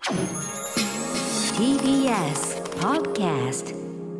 TBS Podcast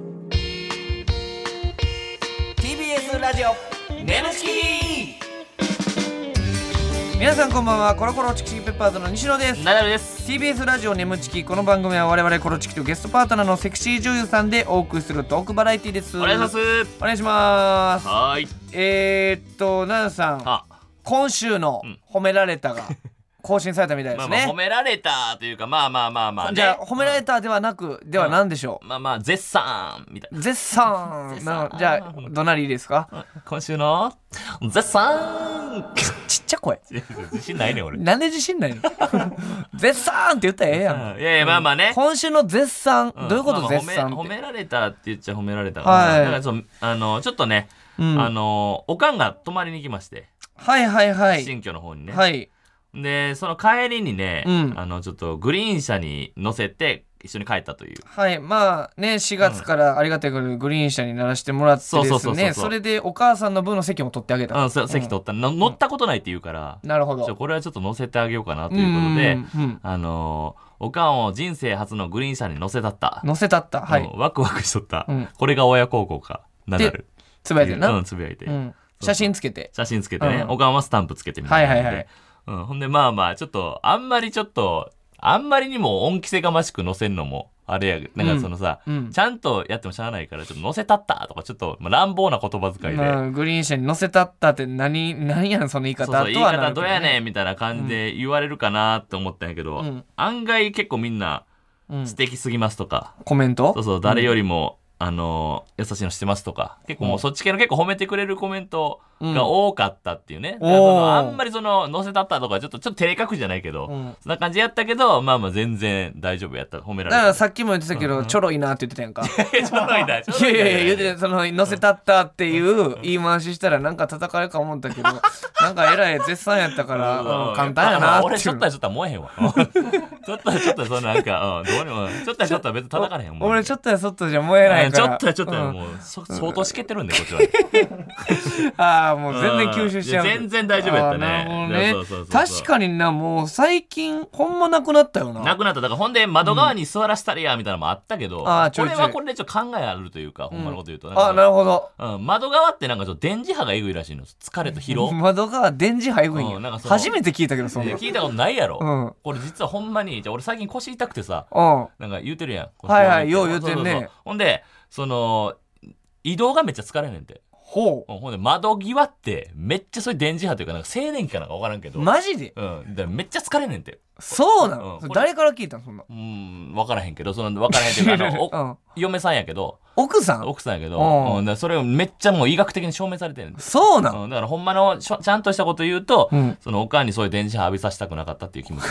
TBS ラジオネムチキ。皆さんこんばんは。コロコロチキチキペッパーズの西野です。 ナダルです。 TBS ラジオネムチキ。この番組は我々コロチキとゲストパートナーのセクシー女優さんでお送りするトークバラエティです。 お願いします。 お願いします。 はーい。 ナダさん、今週の褒められたが更新されたみたいですね。 褒められたというかまあね、 じゃあ褒められたではなく、では何でしょう。 絶賛みたいな。 絶賛じゃあどなりいいですか。 今週の絶賛ちっちゃ声。 自信ないね俺。 なんで自信ないの絶賛って言ったらええやん。 いやいやまあね、 今週の絶賛、どういうこと、絶賛って。 褒められたって言っちゃ褒められたはい、 だからちょっとね、おかんが泊まりに来まして、 はいはいはい、 新居の方にね。 はい。 でその帰りにね、ちょっとグリーン車に乗せて一緒に帰ったという。 はい、まあね、4月からありがたいことにグリーン車に乗らせてもらってですね、それでお母さんの分の席も取ってあげた。 席取った、乗ったことないって言うから、 なるほど、 これはちょっと乗せてあげようかなということで、おかんを人生初のグリーン車に乗せたった、はい、ワクワクしとった、これが親孝行かなるつぶやいてるな、 つぶやいて、 写真つけてね、おかんはスタンプつけてみたいな。ほんでちょっとあんまりにも恩着せがましく載せんのもあれや、なんかそのさ、ちゃんとやってもしゃあないから、ちょっと載せたったとかちょっと乱暴な言葉遣いで、 グリーン車に載せたったって何やんその言い方とはなるけど、 言い方どうやねんみたいな感じで言われるかなって思ったんやけど、案外結構みんな素敵すぎますとか、 コメント、 誰よりも優しいのしてますとか、結構もうそっち系の結構褒めてくれるコメントが多かったっていうね。あんまり載せたったとかちょっと照れ隠しじゃないけど、そんな感じやったけど、全然大丈夫やった、褒められた。 だからさっきも言ってたけど、ちょろいなって言ってたやんか。 ちょろいな、 いや言ってた、載せたったっていう言い回ししたらなんか叩かれるか思ったけど、なんかえらい絶賛やったから簡単やなって。 俺ちょっとは燃えへんわ。ちょっとそのなんかどうにもちょっとは別に叩かれへん。 俺ちょっとはじゃ燃えないから。 ちょっともう相当しけてるんでこっちは。もう全然吸収しちゃう。 全然大丈夫やったね。 確かにな、もう最近ほんまなくなったよな。 なくなった。だからほんで窓側に座らせたりやみたいなのもあったけど、これはこれでちょっと考えあるというか、ほんまのこと言うと、 なるほど。 窓側ってなんかちょっと電磁波がエグいらしいの。疲れと疲労。 窓側電磁波エグいんや。初めて聞いたけど、そんな聞いたことないやろ。これ実はほんまに、俺最近腰痛くてさ、なんか言うてるやん。 はいよう言うてんね。 ほんで移動がめっちゃ疲れんねんて。ほんで窓際ってめっちゃそういう電磁波というか、なんか静電気かなんか分からんけど、 マジで、 だめっちゃ疲れんねんて。 そうなの、誰から聞いたのそんな。 分からへんけど、分からへんっていうか嫁さんやけど、 奥さんやけど、それをめっちゃもう医学的に証明されてるんで。 そうなの、 だからほんまのちゃんとしたこと言うと、そのおかんにそういう電磁波浴びさせたくなかったっていう気持ち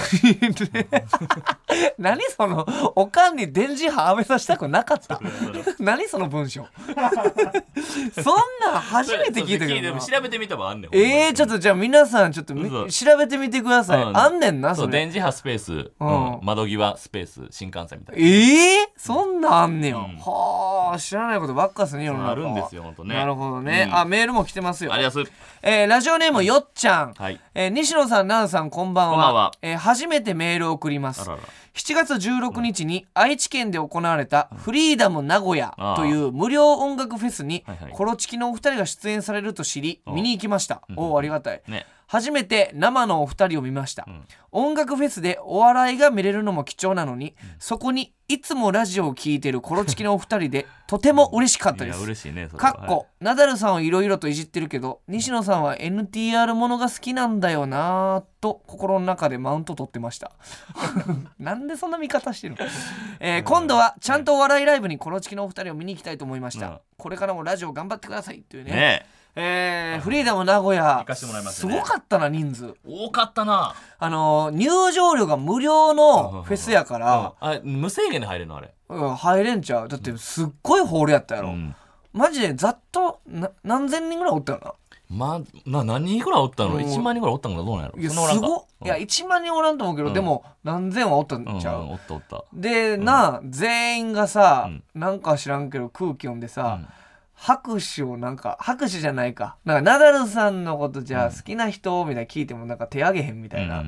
何そのおかんに電磁波浴びさせたくなかった何その文章そんなん初めて聞いたけどな。 調べてみたばあんねん。 ちょっとじゃあ皆さんちょっと調べてみてください。あんねんなそれ。 電磁波スペース、窓際スペース新幹線みたいな。 そんなんあんねん。はあ、知らないことばっかですね、世の中。 あるんですよ、ほんとね。 なるほどね。メールも来てますよ。 ありがとう。 ラジオネームよっちゃん。西野さん、ナウさん、こんばんは。初めてメールを送ります。7月16日に愛知県で行われたフリーダム名古屋という無料音楽フェスにコロチキのお二人が出演されると知り見に行きました。ありがたい。初めて生のお二人を見ました。音楽フェスでお笑いが見れるのも貴重なのに、そこにいつもラジオを聞いてるコロチキのお二人でとても嬉しかったです。 嬉しいね。 かっこナダルさんをいろいろといじってるけど、西野さんは NTR ものが好きなんだよなと心の中でマウント取ってましたなんでそんな見方してるの、今度はちゃんとお笑いライブにコロチキのお二人を見に行きたいと思いました。これからもラジオ頑張ってくださいっていうね。フリーダム名古屋すごかったな。人数多かったな。 入場料が無料のフェスやから、 無制限で入れるのあれ。 入れんちゃう。だってすっごいホールやったやろ。マジでざっと何千人ぐらいおったよな。 何人ぐらいおったの。1万人ぐらいおったんかどうなんやろ。 いやすごっ。いや1万人おらんと思うけど、でも何千はおったんちゃう。 おった。 で全員がさ、なんか知らんけど空気読んでさ、拍手を拍手じゃないか、ナダルさんのことじゃあ好きな人みたいな聞いてもなんか手挙げへんみたいな、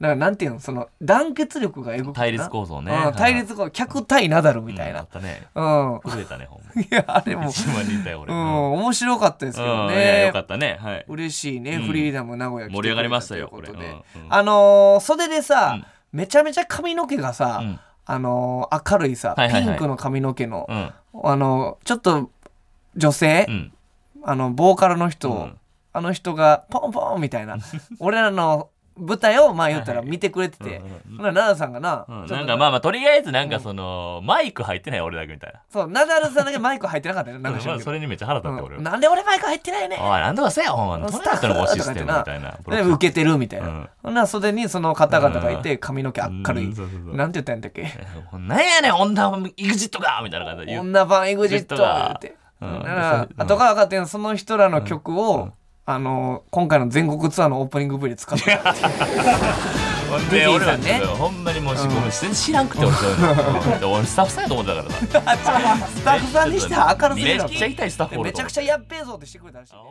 だからなんていうのその団結力がエグく対立構造ね、 対立構造客対ナダルみたいな、 あったね震えたねほんまいやあれも一番似たよ俺面白かったですけどいやねよかったねはい嬉しいねフリーダム名古屋来て盛り上がりましたよということでこれ袖でさめちゃめちゃ髪の毛がさ明るいさピンクの髪の毛のちょっと女性ボーカルの人あの人がポンポンみたいな俺らの舞台をまあ言ったら見てくれててナダルさんがなんかまあとりあえずなんかそのマイク入ってない俺だけみたいなそうナダルさんだけマイク入ってなかったよなんかそれにめっちゃ腹立って俺なんで俺マイク入ってないねおいなんとかせよほんまスタートのシステムみたいなで受けてるみたいなほんなら袖にその方々がいて髪の毛明るいなんて言ったんだっけなんやねん女版 EXIT がみたいな感じで女版 EXIT がって後から分かってんその人らの曲を今回の全国ツアーのオープニング V で使ってたで俺らねほんまにもう全然知らんくて俺スタッフさんやと思ってたからさスタッフさんにしては明るすぎるめっちゃ痛いスタッフめちゃくちゃやっべえぞってしてくれたらしい、ね、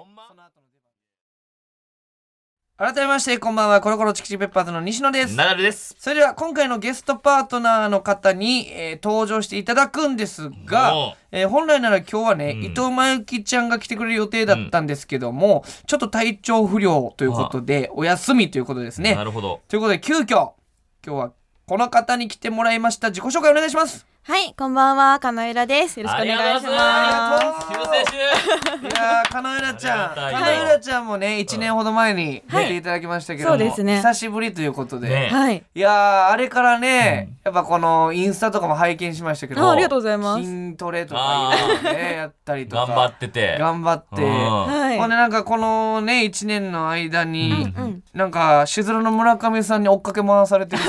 改めましてこんばんはコロコロチキチペッパーズの西野ですナダルです。 それでは今回のゲストパートナーの方に、登場していただくんですが、本来なら今日はね、伊藤真由紀ちゃんが来てくれる予定だったんですけども、ちょっと体調不良ということでお休みということですね。 なるほど。 ということで急遽今日はこの方に来てもらいました。自己紹介お願いします。 はい、こんばんは、金浦です。よろしくお願いします。 ありがとう。 救世主。 いや金浦ちゃん、金浦ちゃんもね1年ほど前に出ていただきましたけども、 そうですね、 久しぶりということで、 はい、 いやあれからね、やっぱこのインスタとかも拝見しましたけど、 ありがとうございます。 筋トレとかいろいろねやったりとか頑張ってて、 ほんでなんかこのね1年の間に、なんかしずるの村上さんに追っかけ回されてる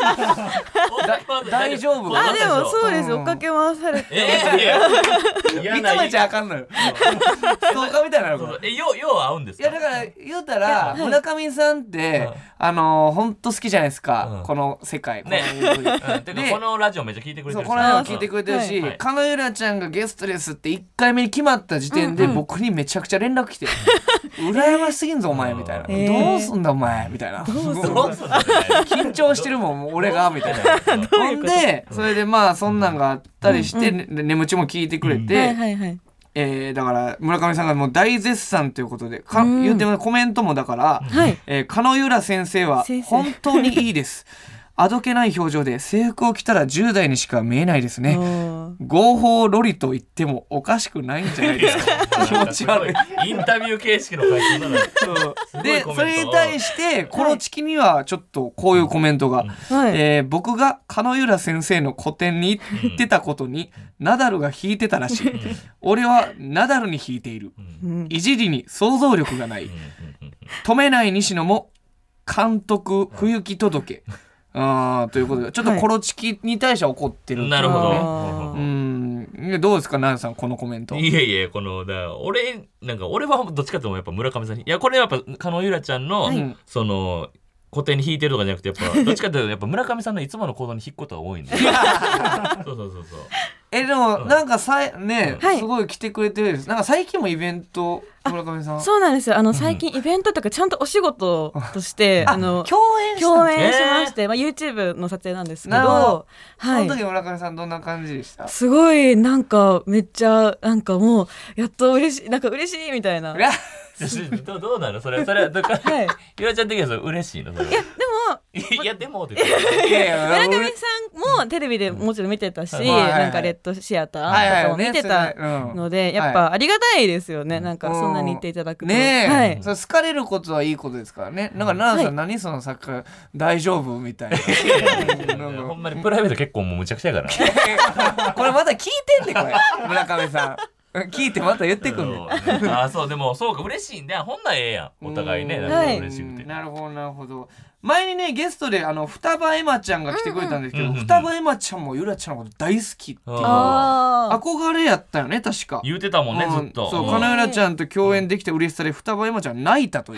大丈夫？ あ、でもそうです、追っかけ回されて認めちゃあかんのよストーカーみたいなの。 よう会うんですか？ いやだから言うたら村上さんってほんと好きじゃないですか、この世界ね。このラジオめっちゃ聞いてくれてるし、 このラジオ聞いてくれてるし、金浦ちゃんがゲストですって1回目に決まった時点で僕にめちゃくちゃ連絡来て羨ましすぎんぞお前みたいな、どうすんだお前みたいな、緊張してるもん俺がみたいなほんでそれでまあそんなんがあったりして、眠ちも聞いてくれて、だから村上さんがもう大絶賛ということで言ってもコメントもだから、金浦先生は本当にいいですあどけない表情で制服を着たら10代にしか見えないですね。合法ロリと言ってもおかしくないんじゃないですか。気持ち悪い。 インタビュー形式の回答なの。 でそれに対してコロチキにはちょっとこういうコメントが、僕が金浦先生の個展に行ってたことにナダルが弾いてたらしい。俺はナダルに弾いている。いじりに想像力がない。止めない西野も監督不行き届け。ということでちょっとコロチキに対しては怒ってる、ね。 なるほど。 どうですかナダルさんこのコメント。 いやこの俺はどっちかというとやっぱ村上さんにこれやっぱ金浦ちゃんの、その固定に弾いてるとかじゃなくてやっぱどっちかというとやっぱ村上さんのいつもの行動に弾くことが多いんで。そうでもなんかすごい来てくれてるです。なんか最近もイベント村上さん。 そうなんですよ。最近イベントとかちゃんとお仕事として共演しまして、YouTube の撮影なんですけど、 その時村上さんどんな感じでした？ すごいなんかめっちゃなんかもうやっと嬉しいみたいな。 どうなのそれはゆらちゃん的には嬉しいのそれ。いやでもって村上さんもテレビでもちろん見てたし、なんかレッドシアターとかも見てたのでやっぱありがたいですよね。なんかそんなに言っていただくとね。それ好かれることはいいことですからね。なんか奈々さん何そのサッカー大丈夫みたいな。 ほんまにプライベート結構もうむちゃくちゃやからこれまだ聞いてんねこれ村上さん聞いてまた言ってくんねそうでもそうか嬉しいんでほんならええやんお互いね。嬉しくて。 なるほど前にねゲストで双葉エマちゃんが来てくれたんですけど、双葉エマちゃんもゆらちゃんのこと大好きっていう憧れやったよね確か。 言うてたもんねずっと。 そう金浦ちゃんと共演できて嬉しさで双葉エマちゃん泣いたという。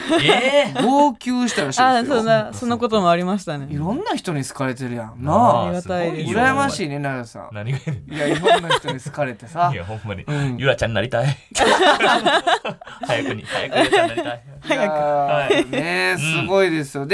号泣したらしいですよ。 そんなこともありましたね。 いろんな人に好かれてるやんな。 ありがたいです。 羨ましいね奈良さん。 何がいやいろんな人に好かれてさ。 いやほんまにゆらちゃんになりたい。早くゆらちゃんになりたい。 ねすごいですよ。で今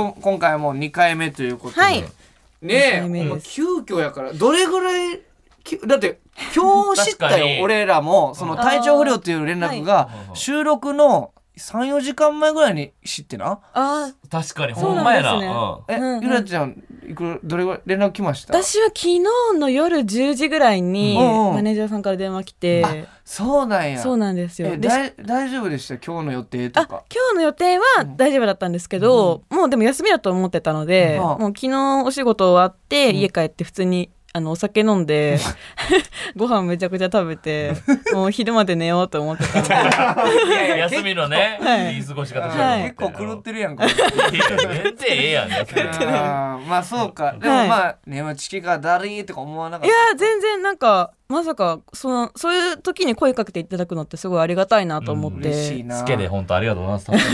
今回はもう2回目ということで、 はい、 ねえ、急遽やからどれぐらいだって今日知ったよ俺らもその体調不良っていう連絡が収録の3、4時間前ぐらいに知ってな。 確かにほんまやな。 ゆらちゃんどれぐらい連絡来ました？ 私は昨日の夜10時ぐらいにマネージャーさんから電話来て。 そうなんや。 そうなんですよ。 大丈夫でした今日の予定とか？ 今日の予定は大丈夫だったんですけど、もうでも休みだと思ってたので、もう昨日お仕事終わって家帰って普通にお酒飲んでご飯めちゃくちゃ食べてもう昼まで寝ようと思ってたんで休みのね、いい過ごし方して結構狂ってるやんか。 全然ええやん。 まあそうか。でもまあ眠ちきがだりーとか思わなかった？ いや全然なんかまさかそういう時に声かけていただくのってすごいありがたいなと思って。 嬉しいな。 好きで本当ありがとうございます。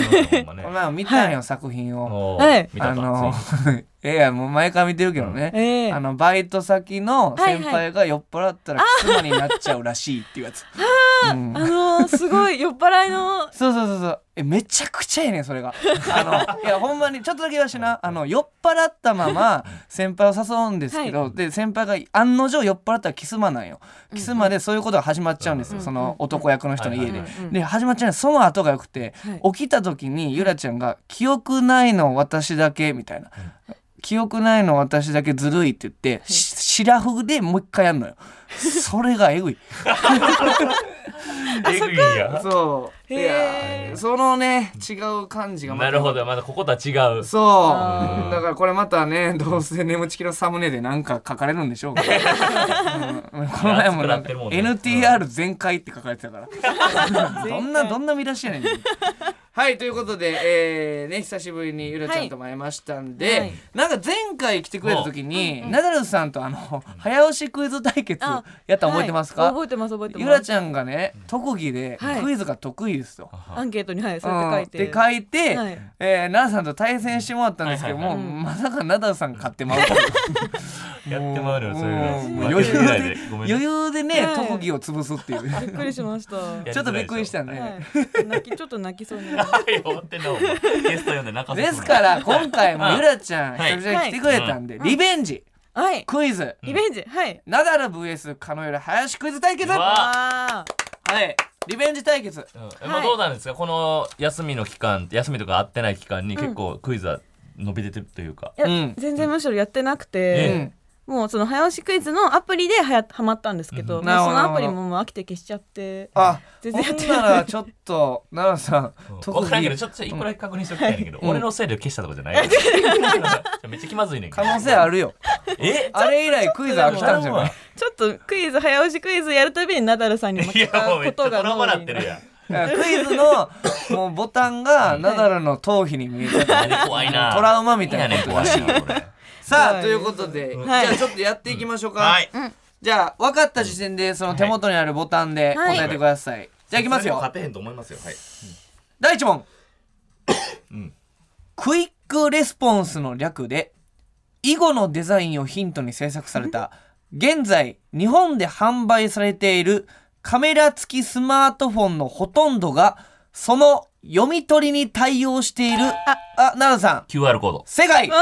まあ見たんよ作品を。いやもう前から見てるけどね、バイト先の先輩が酔っ払ったらキスマになっちゃうらしいっていうやつ。 すごい酔っ払いのそうめちゃくちゃやねんそれが。いやほんまにちょっとだけ言わしてな、酔っ払ったまま先輩を誘うんですけど、で先輩が案の定酔っ払ったらキスマなんよ。キスマでそういうことが始まっちゃうんですよ、その男役の人の家で。で始まっちゃうんです。その後がよくて、起きた時にゆらちゃんが記憶ないの私だけみたいな、記憶ないの私だけずるいって言って、シラフでもう一回やるのよ。それがえぐい。 えぐいや。 そういやそのね違う感じがなるほど、まだこことは違う。 そうだからこれまたねどうせ眠ちきのサムネでなんか書かれるんでしょうか。この前もなんか NTR 全開って書かれてたからどんな見出しやねん。はいということで、ね、久しぶりにゆらちゃんとも会いましたんで、なんか前回来てくれた時に、ナダルさんと早押しクイズ対決やったの覚えてますか？ 覚えてます。 ゆらちゃんがね特技でクイズが得意ですと、 アンケートにそうやって書いて、ナダルさんと対戦してもらったんですけども、まさかナダルさんが勝ってまうとやってまうよそういうの。 余裕でね特技を潰すっていう。 びっくりしました。 ちょっとびっくりしたね。 ちょっと泣きそうにですから今回もゆらちゃん久々に来てくれたんでリベンジクイズナダル vs カノエラ早押しクイズ対決。リベンジ対決。 どうなんですかこの休みの期間、休みとか会ってない期間に結構クイズは伸び出てるというか。 全然むしろやってなくて、もうその早押しクイズのアプリでハマったんですけど、そのアプリも飽きて消しちゃって、全然やってない。 ほんならちょっと奈良さん分からんけどちょっと一個だけ確認しておきたいんだけど、俺のせいで消したとかじゃない？めっちゃ気まずいねんけど。 可能性あるよ。あれ以来クイズ飽きたんじゃない？ ちょっとクイズ早押しクイズやるたびにナダルさんに負けたことが脳裏に。 クイズのもうボタンがナダルの頭皮に見えちゃった怖いな。 トラウマみたいなことらしい。さあということで、じゃあちょっとやっていきましょうか。じゃあ分かった時点でその手元にあるボタンで答えてください。じゃあいきますよ。 勝てへんと思いますよ。 第1問。クイックレスポンスの略で囲碁のデザインをヒントに制作された現在日本で販売されているカメラ付きスマートフォンのほとんどがその読み取りに対応している。奈良さん QR コード正解。 もう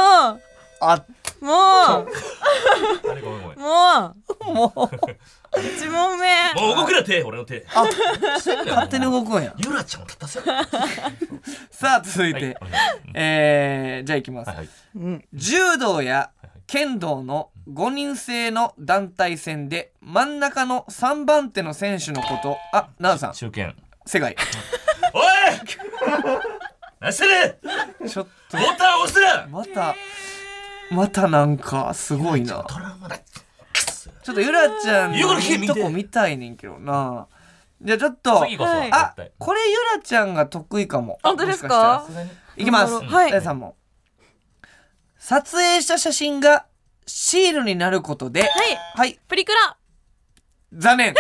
1問目もう動くな手、俺の手。 勝手に動くんや。 ゆらちゃんを立たせろ。 さあ続いて、じゃあいきます。柔道や剣道の5人制の団体戦で真ん中の3番手の選手のこと。奈良さん中堅正解。 おい何してる。 ちょっとボタン押すな。 またなんかすごいな。ちょっとゆらちゃんのいいとこ見たいねんけどな。じゃあちょっと次こそこれゆらちゃんが得意かも。 本当ですか？ いきます。第3問。撮影した写真がシールになることでプリクラ。 残念。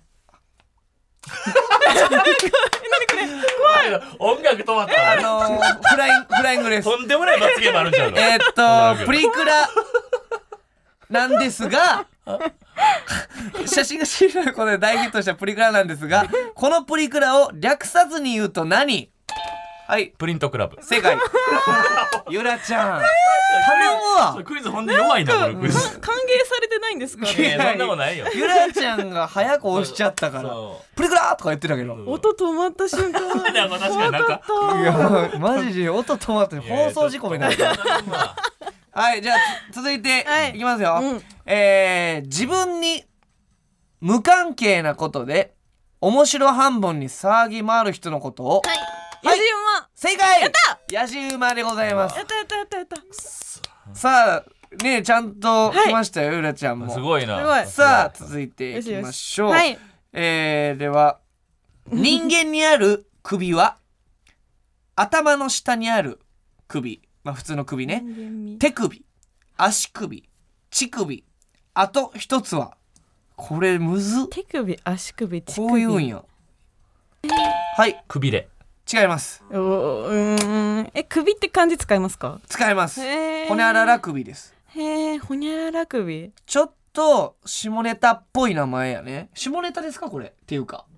怖い。音楽止まった。 フライングです。 とんでもない罰ゲームあるんちゃうの？ プリクラなんですが写真がシールのことで大ヒットしたプリクラなんですがこのプリクラを略さずに言うと何？ はい、 プリントクラブ。 正解。ゆらちゃん頼むわ。 クイズほんで弱いなこれクイズ。 歓迎されてないんですかね。 そんなことないよ。 ゆらちゃんが早く押しちゃったからプリクラとか言ってたけど、 音止まった瞬間確かになんかいやマジで音止まって放送事故になる。はい、じゃあ続いていきますよ。自分に無関係なことで面白半分に騒ぎ回る人のことを、 やじ馬。 正解。 やったやじ馬でございます。 やったさあね、ちゃんと来ましたよ、ゆらちゃんも。 すごいな。 さあ続いていきましょう。では人間にある首は頭の下にある首、普通の首ね、手首、足首、乳首、あと一つはこれむず。 手首、足首、乳首。 こういうんや。はい、 くびれ。 違います。 首って漢字使いますか？ 使います。ほにゃらら首です。 ほにゃらら首。 ちょっと下ネタっぽい名前やね。下ネタですかこれっていうか。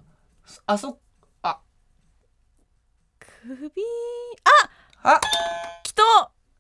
首。 きと。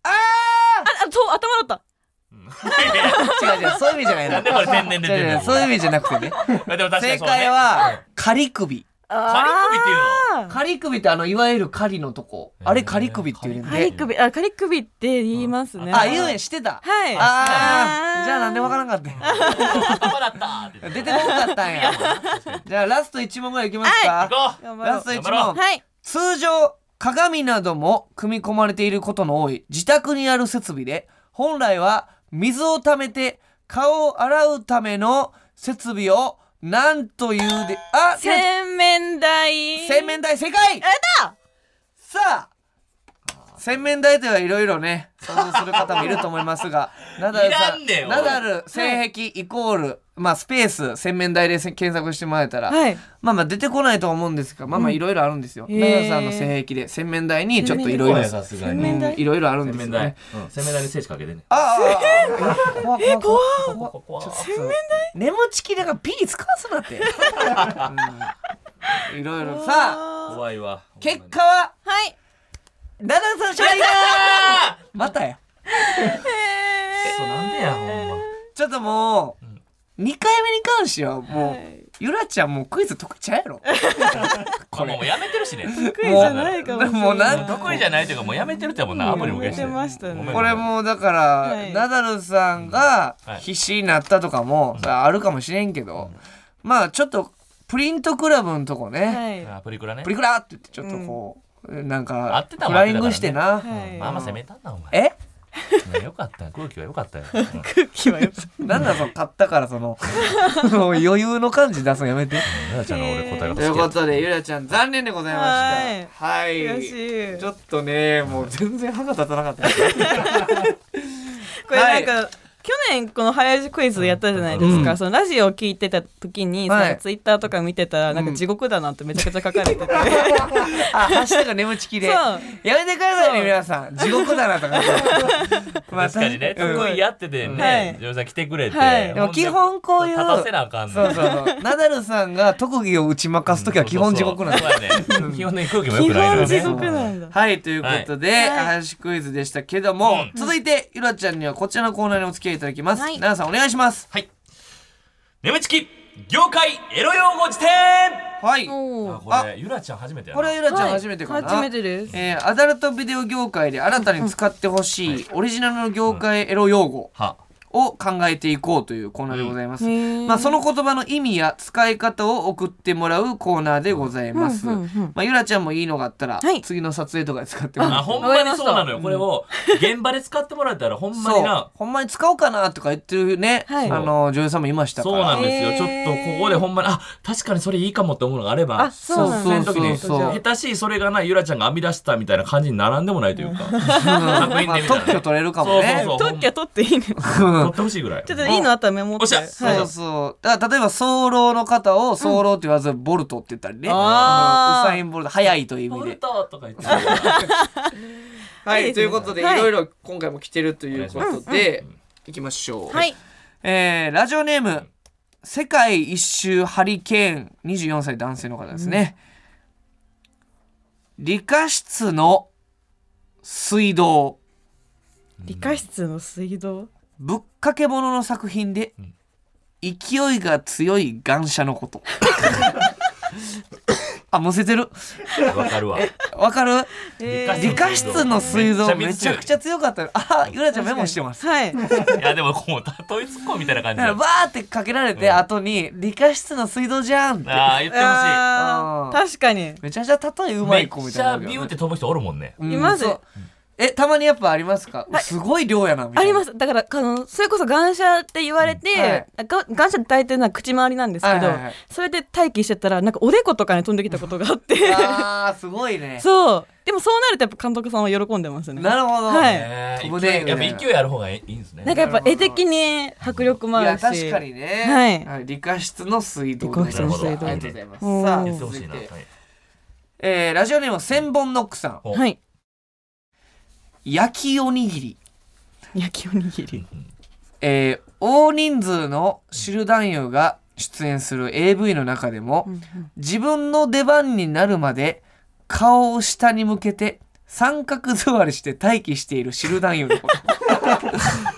頭だった。 違うそういう意味じゃないなんでこれ天然で出てる。 そういう意味じゃなくてね。正解は仮首。 仮首っていうの。 仮首っていわゆる仮のとこ、あれ仮首って言うんで。 仮首って言いますね。 言うんや、してた。 はい。 じゃあなんでわからんかったんや。 頭だった出てこなかったんや。じゃあラスト1問ぐらいいきますか。ラスト1問。通常鏡なども組み込まれていることの多い自宅にある設備で、本来は水をためて顔を洗うための設備をなんというで、 洗面台。 洗面台、正解。さあ洗面台ではいろいろね想像する方もいると思いますが、ナダルさん、ナダル性癖イコール、スペース洗面台で検索してもらえたら、出てこないとは思うんですが、いろいろあるんですよ。ナダルさんの性癖で洗面台にちょっといろいろいろいろあるんですよね。 洗面台に精子かけてね。 怖い。洗面台眠ちきだからピー使わすなっていろいろ。さあ怖いわ。 結果はナダルさん勝利だー。またや。 なんでやほんま。 ちょっともう2回目に関してはもうゆらちゃんもうクイズ得意ちゃうやろ。 これもうやめてるしね。 得意じゃないかもしれない。 もうなん得意じゃないというかもうやめてるってもうアプリも消してる。 これもうだからナダルさんが必死になったとかもあるかもしれんけど、ちょっとプリントクラブのとこね、 プリクラね、 プリクラって言ってちょっとこうなんかフライングしてな。 まあ攻めたんだお前。よかったよ、空気はよかったよ。 空気はよかった。 なんだその買ったからその余裕の感じ出すのやめて。 ゆらちゃんの俺答えが好き。 ということでゆらちゃん残念でございました。はい。 悔しい。 ちょっとねもう全然歯が立たなかった。 これなんか。去年この早押しクイズやったじゃないですか、そのラジオを聞いてた時に、そのツイッターとか見てたらなんか地獄だなってめちゃくちゃ書かれてて、 ハッシュタグ眠ちきでやめてくださいね皆さん、地獄だなとか。 確かにね、得意やっててね、ジョーさん来てくれて、 でも基本こういう立たせなあかんの。 そうナダルさんが特技を打ち負かす時は基本地獄なんです。 基本的に空気も良くないの地獄なんだ。 はい、ということで早押しクイズでしたけども、続いてゆらちゃんにはこちらのコーナーにお付き合いいただきます。ナダルさんお願いします。 はい。眠ちき業界エロ用語辞典。 はい。 これゆらちゃん初めてやな。 これはゆらちゃん初めてかな。 初めてです。 アダルトビデオ業界で新たに使ってほしいオリジナルの業界エロ用語を考えていこうというコーナーでございます。その言葉の意味や使い方を送ってもらうコーナーでございます。ゆらちゃんもいいのがあったら、次の撮影とかで使ってもらう。 ほんまにそうなのよ。これを現場で使ってもらったらほんまにな、 ほんまに使おうかなとか言ってるね、女優さんもいましたから。 そうなんですよ。ちょっとここでほんまに確かにそれいいかもって思うのがあれば、 そうの時に下手しいそれがなゆらちゃんが編み出したみたいな感じに並んでもないというか、 特許取れるかもね。 特許取っていいの？ 取ってほしいぐらい。 いいのあったらメモって。 そうだから例えば早漏の方を早漏って言わずボルトって言ったりね、ウサインボルト速いという意味でボルトとか言ってはい、ということでいろいろ今回も来てるということでいきましょう。ラジオネーム世界一周ハリケーン24歳男性の方ですね。 理科室の水道。 理科室の水道。 ぶっかけ物の作品で、勢いが強い願車のこと。あ、むせてる。 わかるわ。 わかる？ 理科室の水道めちゃくちゃ強かったよ。あ、ゆらちゃんメモしてます。 はい。 いやでもこう問いツッコミみたいな感じだからバーってかけられて、後に理科室の水道じゃんって。 ああ言ってほしい。確かに。 めちゃくちゃ例えうまい子みたいな。 めっちゃビューって飛ぶ人おるもんね。 います。 たまにやっぱありますか？すごい量やなみたいな。 あります。だからそれこそ願車って言われて、願車って大体口周りなんですけど、それで待機してたらなんかおでことかに飛んできたことがあって。 あーすごいね。 そう。でもそうなるとやっぱ監督さんは喜んでますね。 なるほど。 はい。 やっぱ勢いある方がいいんですね。 なんかやっぱ絵的に迫力もあるし。 いや確かにね。はい。理科室の水道。 理科室の水道。 ありがとうございます。さあ続いて、ラジオネーム千本ノックさん。 はい。 焼きおにぎり。 焼きおにぎり。 大人数の汁男優が出演する AV の中でも、自分の出番になるまで顔を下に向けて三角座りして待機している汁男優のこと。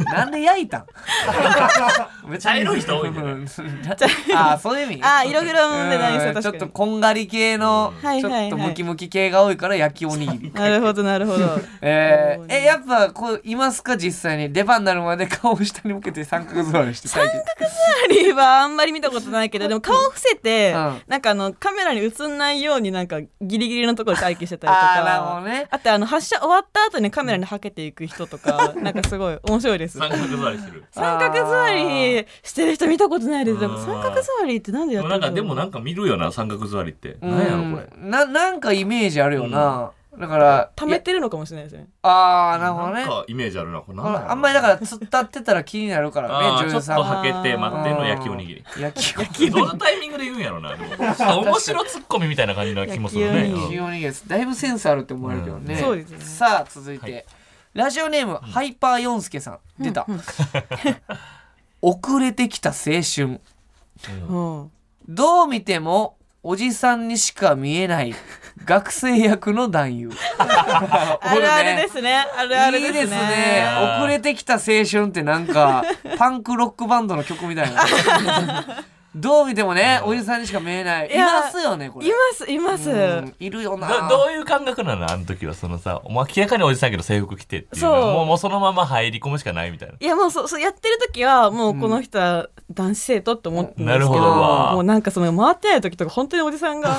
なんで焼いたん？ 茶色い人多いね。 ああそういう意味。 ああ色黒もんでないですよ。確かに。 ちょっとこんがり系のちょっとムキムキ系が多いから焼きおにぎり。 なるほどなるほど。 やっぱこういますか実際に出番になるまで顔を下に向けて三角座りして待機。 三角座りはあんまり見たことないけどでも顔を伏せて、なんかカメラに映んないようになんかギリギリのところで待機してたりとか。 なるほどね。 あと発射終わった後にカメラにはけていく人とかなんかすごい面白いです。 三角座りしてる。 三角座りしてる人見たことないです。でも三角座りってなんでやってるの？ でもなんか見るよな三角座りって。なんやろこれ。 なんかイメージあるよな。だから溜めてるのかもしれないですね。 ああなるほどね。 なんかイメージあるな。 あんまりだから突っ立ってたら気になるからね。 ちょっとはけて待っての焼きおにぎり。 焼きおにぎり。 どのタイミングで言うんやろな。面白ツッコミみたいな感じの気もするね。 焼きおにぎりです。だいぶセンスあるって思われるけどね。 そうですね。 さあ続いてラジオネームハイパーヨンスケさん出た。遅れてきた青春。どう見てもおじさんにしか見えない学生役の男優。 あるあるですね。あるあるですね。 いいですね。遅れてきた青春ってなんかパンクロックバンドの曲みたいな。どう見てもねおじさんにしか見えない。いますよねこれ。 いますいるよな。 どういう感覚なのあの時は。そのさ明らかにおじさんやけど制服着てっていうのもうそのまま入り込むしかないみたいな。 いやもうそうやってる時はもうこの人は男子生徒って思ってるんですけど、もうなんかその回ってない時とか本当におじさんが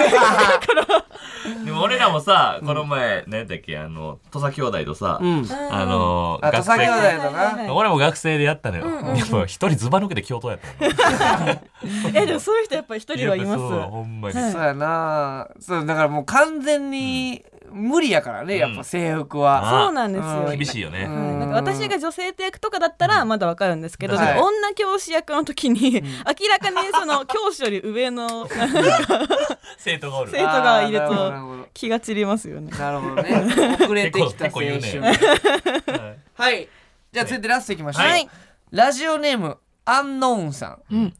でも俺らもさこの前何だっけ土佐兄弟とさ土佐兄弟とな。 俺も学生でやったのよ。でも一人ズバ抜けて教頭やったでもそういう人やっぱり一人はいます。 ほんまに。 そうやな。そうだからもう完全に無理やからねやっぱ制服は。 そうなんですよ。 厳しいよね。 なんか私が女性役とかだったらまだわかるんですけど、女教師役の時に明らかにその教師より上の生徒がおる。 生徒がいると気が散りますよね。 なるほどね。遅れてきた青春。はい。じゃあ続いてラストいきましょう。ラジオネームアンノーンさん。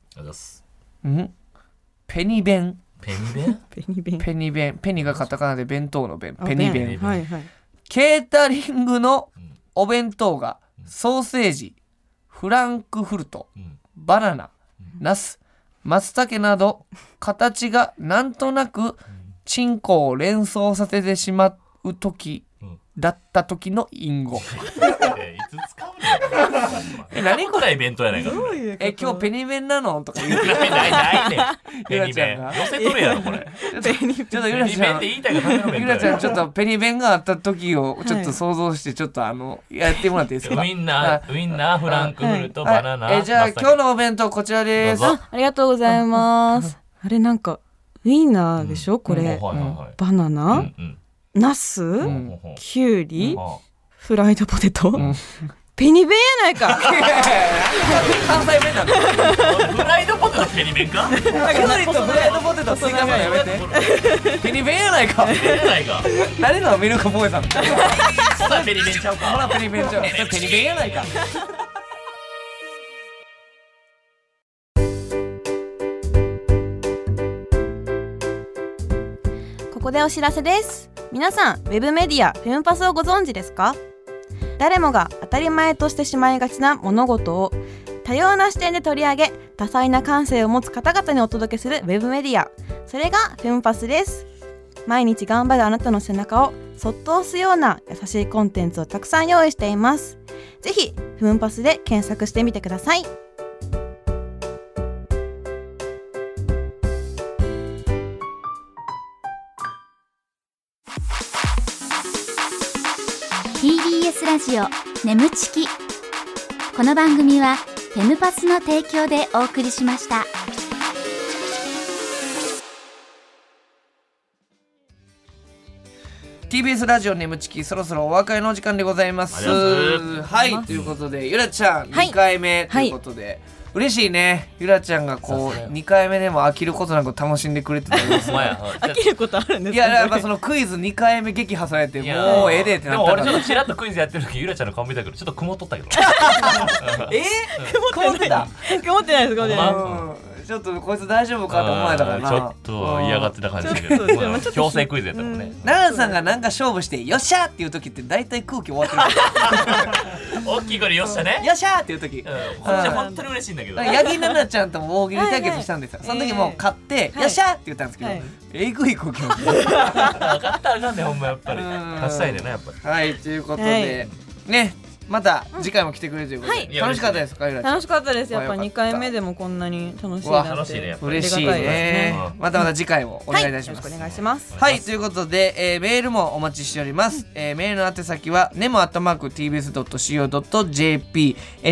ペニベン。 ペニベン？ ペニベン。ペニがカタカナで弁当の弁。ペニベン。ケータリングのお弁当がソーセージ、フランクフルト、バナナ、ナス、松茸など形がなんとなくチンコを連想させてしまう時だった時の隠語。 いつ使うねん。何くらい弁当やないか。 今日ペニベンなのとか言うてないねん。ペニベン寄せとるやろこれ。 ちょっとゆらちゃんゆらちゃんちょっとペニベンがあった時をちょっと想像してちょっとやってもらっていいですか。 ウインナーフランクフルトバナナ。 じゃあ今日のお弁当こちらです。 ありがとうございます。あれなんかウインナーでしょこれ。バナナ、ナス、キュウリ、フライドポテト、ペニベンやないか。 関西弁なんだ。 フライドポテトペニベンか。 キュウリとフライドポテト追加するのやめて。ペニベンやないか。誰がミルクボーイさん。 ほらペニベンちゃうか。 ほらペニベンちゃう。ペニベンやないか。 こここでお知らせです。皆さんウェブメディアフェムパスをご存知ですか？誰もが当たり前としてしまいがちな物事を多様な視点で取り上げ、多彩な感性を持つ方々にお届けするウェブメディア、それがフェムパスです。毎日頑張るあなたの背中をそっと押すような優しいコンテンツをたくさん用意しています。ぜひフェムパスで検索してみてください。 TBS ラジオ眠ちき。この番組はフェムパスの提供でお送りしました。 TBS ラジオ眠ちき、そろそろお別れの時間でございます。はい、ということでゆらちゃん2回目ということで、嬉しいね。ゆらちゃんがこう2回目でも飽きることなく楽しんでくれてたんです。 飽きることあるんですか？ いや、やっぱそのクイズ2回目撃破されてもうええでってなったから。 でも俺ちょっとチラッとクイズやってる時ゆらちゃんの顔見たけどちょっと曇っとったけど曇ってないです曇ってないですちょっとこいつ大丈夫かって思われたからな。 ちょっと嫌がってた感じだけど強制クイズやったもんね。 奈良さんがなんか勝負してよっしゃーっていう時って大体空気終わってる大きい声でよっしゃねよっしゃーっていう時、 こっちは本当に嬉しいんだけど、 八木奈々ちゃんとも大喜利対決したんですよ。その時も勝ってよっしゃーって言ったんですけど、えぐい空気を勝ったらあかんねほんまやっぱり勝ちたいねなやっぱり。 はい、ということでね、また次回も来てくれるということで、楽しかったですか？ 楽しかったです。やっぱ2回目でもこんなに楽しいなって嬉しいね。またまた次回もお願いいたします。 よろしくお願いします。 はい、ということで、メールもお待ちしております。メールの宛先は nemo@tbs.co.jp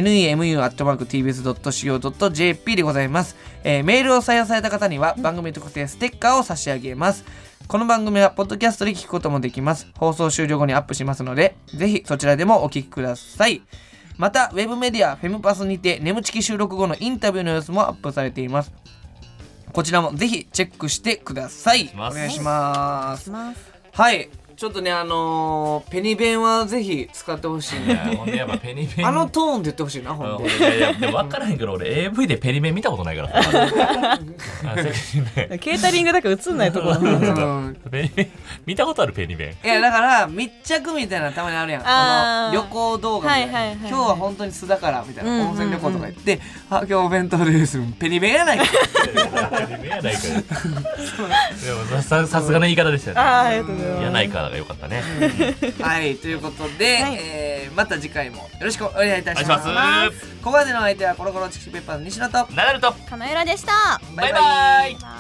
nemu@tbs.co.jp でございます。メールを採用された方には番組特製ステッカーを差し上げます。この番組はポッドキャストで聞くこともできます。放送終了後にアップしますので、ぜひそちらでもお聞きください。またウェブメディアフェムパスにて眠ちき収録後のインタビューの様子もアップされています。こちらもぜひチェックしてください。お願いします。はい、ちょっとねペニベンはぜひ使ってほしいね。 ほんでやっぱペニベンあのトーンで言ってほしいな。ほんでいやでも分からへんけど俺 AV でペニベン見たことないからケータリングだけ映んないところペニベン見たことあるペニベン。 いやだから密着みたいなたまにあるやん。旅行動画みたいな、今日は本当に素だからみたいな、温泉旅行とか行って、あ今日お弁当ですペニベンやないかペニベンやないかでもさすがの言い方でしたよね。 ありがとうございます。 やないかが良かったねはい、ということで、また次回もよろしくお願いいたします。ここまでの相手はコロコロチキチキペッパーの西野とナダルとカナエラでした。 バイバイ。